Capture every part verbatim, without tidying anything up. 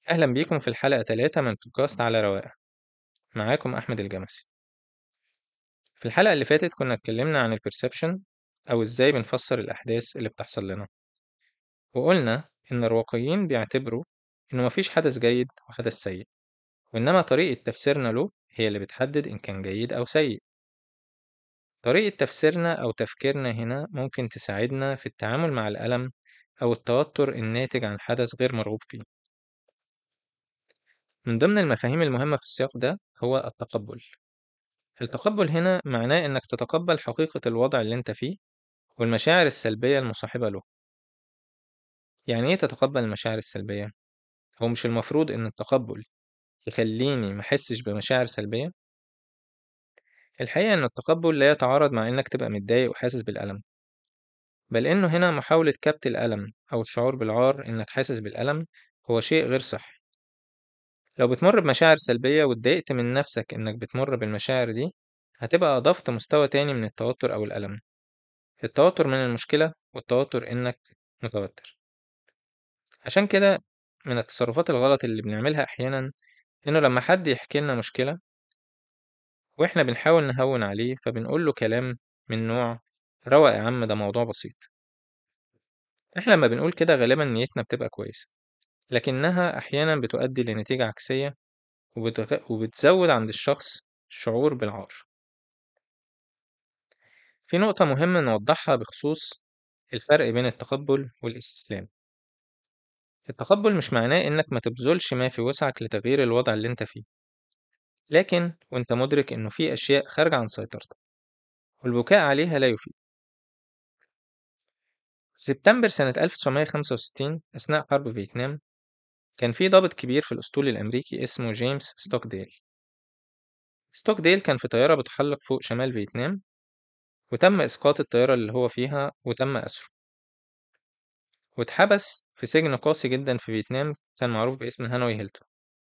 أهلا بيكم في الحلقة تلاتة من بودكاست على رواقة. معاكم أحمد الجمسي. في الحلقة اللي فاتت كنا اتكلمنا عن البرسبشن أو إزاي بنفسر الأحداث اللي بتحصل لنا، وقلنا إن الرواقيين بيعتبروا إنه مفيش حدث جيد وحدث سيء، وإنما طريقة تفسيرنا له هي اللي بتحدد إن كان جيد أو سيء. طريقة تفسيرنا أو تفكيرنا هنا ممكن تساعدنا في التعامل مع الألم أو التوتر الناتج عن حدث غير مرغوب فيه. من ضمن المفاهيم المهمة في السياق ده هو التقبل. التقبل هنا معناه إنك تتقبل حقيقة الوضع اللي أنت فيه والمشاعر السلبية المصاحبة له. يعني إيه تتقبل المشاعر السلبية؟ هو مش المفروض إن التقبل يخليني محسش بمشاعر سلبية؟ الحقيقة إن التقبل لا يتعارض مع إنك تبقى متضايق وحاسس بالألم، بل إنه هنا محاولة كبت الألم أو الشعور بالعار إنك حاسس بالألم هو شيء غير صحي. لو بتمر بمشاعر سلبية واتضايقت من نفسك إنك بتمر بالمشاعر دي، هتبقى أضفت مستوى تاني من التوتر أو الألم. التوتر من المشكلة والتوتر إنك متوتر. عشان كده من التصرفات الغلط اللي بنعملها أحيانا إنه لما حد يحكي لنا مشكلة وإحنا بنحاول نهون عليه فبنقول له كلام من نوع روق يا عم ده موضوع بسيط. إحنا لما بنقول كده غالبا نيتنا بتبقى كويسة، لكنها أحيانا بتؤدي لنتيجة عكسية وبتغ... وبتزود عند الشخص الشعور بالعار. في نقطة مهمة نوضحها بخصوص الفرق بين التقبل والاستسلام. التقبل مش معناه إنك ما تبذلش ما في وسعك لتغيير الوضع اللي أنت فيه، لكن وأنت مدرك إنه في أشياء خارجة عن سيطرتك والبكاء عليها لا يفيد. في سبتمبر سنة ألف وتسعمية وخمسة وستين أثناء حرب فيتنام كان في ضابط كبير في الأسطول الأمريكي اسمه جيمس ستوكديل. ستوكديل كان في طيارة بتحلق فوق شمال فيتنام، وتم إسقاط الطيارة اللي هو فيها وتم أسره، واتحبس في سجن قاسي جدا في فيتنام كان معروف باسم هانوي هيلتون.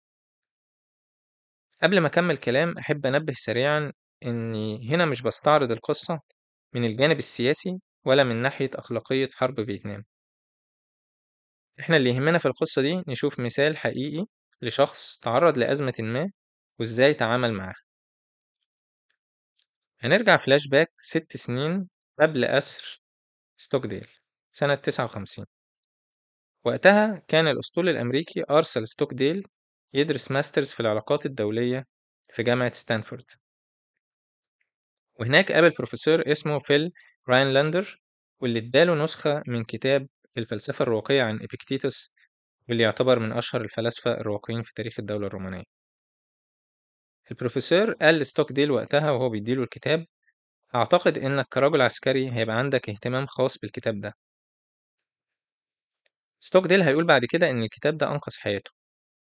قبل ما أكمل كلام أحب أنبه سريعا إني هنا مش بستعرض القصة من الجانب السياسي ولا من ناحية أخلاقية حرب فيتنام. إحنا اللي يهمنا في القصة دي نشوف مثال حقيقي لشخص تعرض لأزمة ما وإزاي تعامل معاها. هنرجع فلاش باك ست سنين قبل أسر ستوكديل سنة تسعة وخمسين. وقتها كان الأسطول الأمريكي أرسل ستوكديل يدرس ماسترز في العلاقات الدولية في جامعة ستانفورد، وهناك قابل بروفيسور اسمه فيل راينلاندر واللي اداله نسخة من كتاب في الفلسفة الرواقية عن إبيكتيتوس، واللي يعتبر من أشهر الفلاسفة الرواقيين في تاريخ الدولة الرومانية. البروفيسور قال لستوكديل وقتها وهو بيديله الكتاب: أعتقد إنك كرجل عسكري هيبقى عندك اهتمام خاص بالكتاب ده. ستوكديل هيقول بعد كده إن الكتاب ده أنقذ حياته.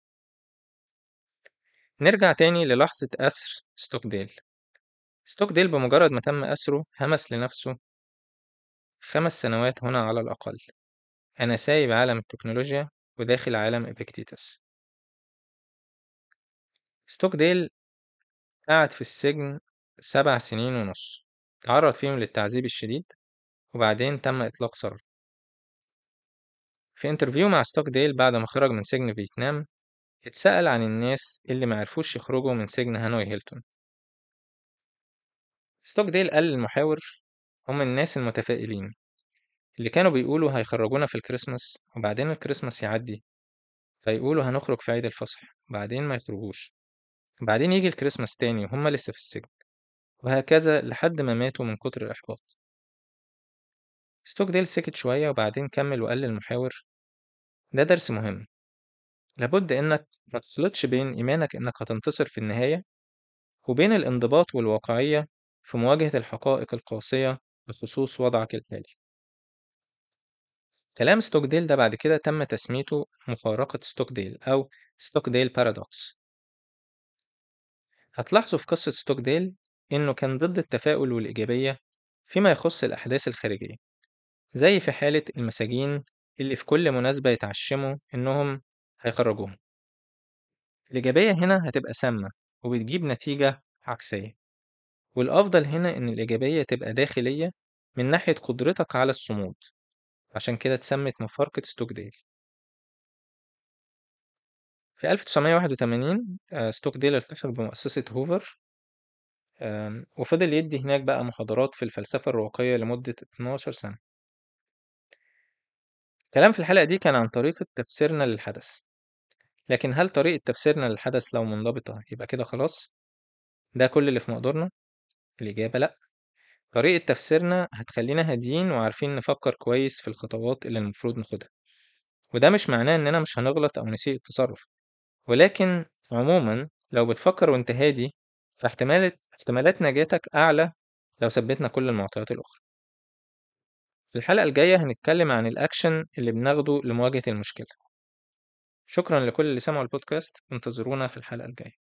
نرجع تاني للحظة أسر ستوكديل. ستوكديل بمجرد ما تم أسره همس لنفسه خمس سنوات هنا على الأقل، أنا سايب عالم التكنولوجيا وداخل عالم إبيكتيتس. ستوكديل قعد في السجن سبع سنين ونص، تعرض فيهم للتعذيب الشديد وبعدين تم إطلاق سراحه. في انترفيو مع ستوكديل بعد ما خرج من سجن فيتنام اتسأل عن الناس اللي معرفوش يخرجوا من سجن هانوي هيلتون. ستوكديل قال للمحاور: هم الناس المتفائلين اللي كانوا بيقولوا هيخرجونا في الكريسماس وبعدين الكريسماس يعدي فيقولوا هنخرج في عيد الفصح وبعدين ما يخرجوش، وبعدين يجي الكريسماس تاني وهم لسه في السجن، وهكذا لحد ما ماتوا من كتر الإحباط. ستوكديل سكت شوية وبعدين كمل وقال للمحاور: ده درس مهم، لابد إنك ما تخلطش بين إيمانك إنك هتنتصر في النهاية وبين الانضباط والواقعية في مواجهة الحقائق القاسية بخصوص وضعك الحالي. كلام ستوكديل ده بعد كده تم تسميته مفارقة ستوكديل أو ستوكديل بارادوكس. هتلاحظوا في قصة ستوكديل إنه كان ضد التفاؤل والإيجابية فيما يخص الأحداث الخارجية، زي في حالة المساجين اللي في كل مناسبة يتعشموا إنهم هيخرجوهم. الإيجابية هنا هتبقى سامة وبتجيب نتيجة عكسية، والأفضل هنا إن الإيجابية تبقى داخلية من ناحية قدرتك على الصمود، عشان كده اتسمت مفارقة ستوكديل. في ألف وتسعمية واحد وتمانين آه، ستوكديل التحق بمؤسسة هوفر، آم، وفضل يدي هناك بقى محاضرات في الفلسفة الرواقية لمدة اتناشر سنة. كلام في الحلقة دي كان عن طريقة تفسيرنا للحدث، لكن هل طريقة تفسيرنا للحدث لو منضبطة يبقى كده خلاص؟ ده كل اللي في مقدورنا؟ الإجابة لأ. طريقة تفسيرنا هتخلينا هاديين وعارفين نفكر كويس في الخطوات اللي المفروض ناخدها، وده مش معناه إننا مش هنغلط أو نسيء التصرف، ولكن عموما لو بتفكر وانت هادي فاحتمالات احتمالات نجاتك أعلى لو ثبتنا كل المعطيات الأخرى. في الحلقة الجاية هنتكلم عن الأكشن اللي بناخده لمواجهة المشكلة. شكرا لكل اللي سمعوا البودكاست، انتظرونا في الحلقة الجاية.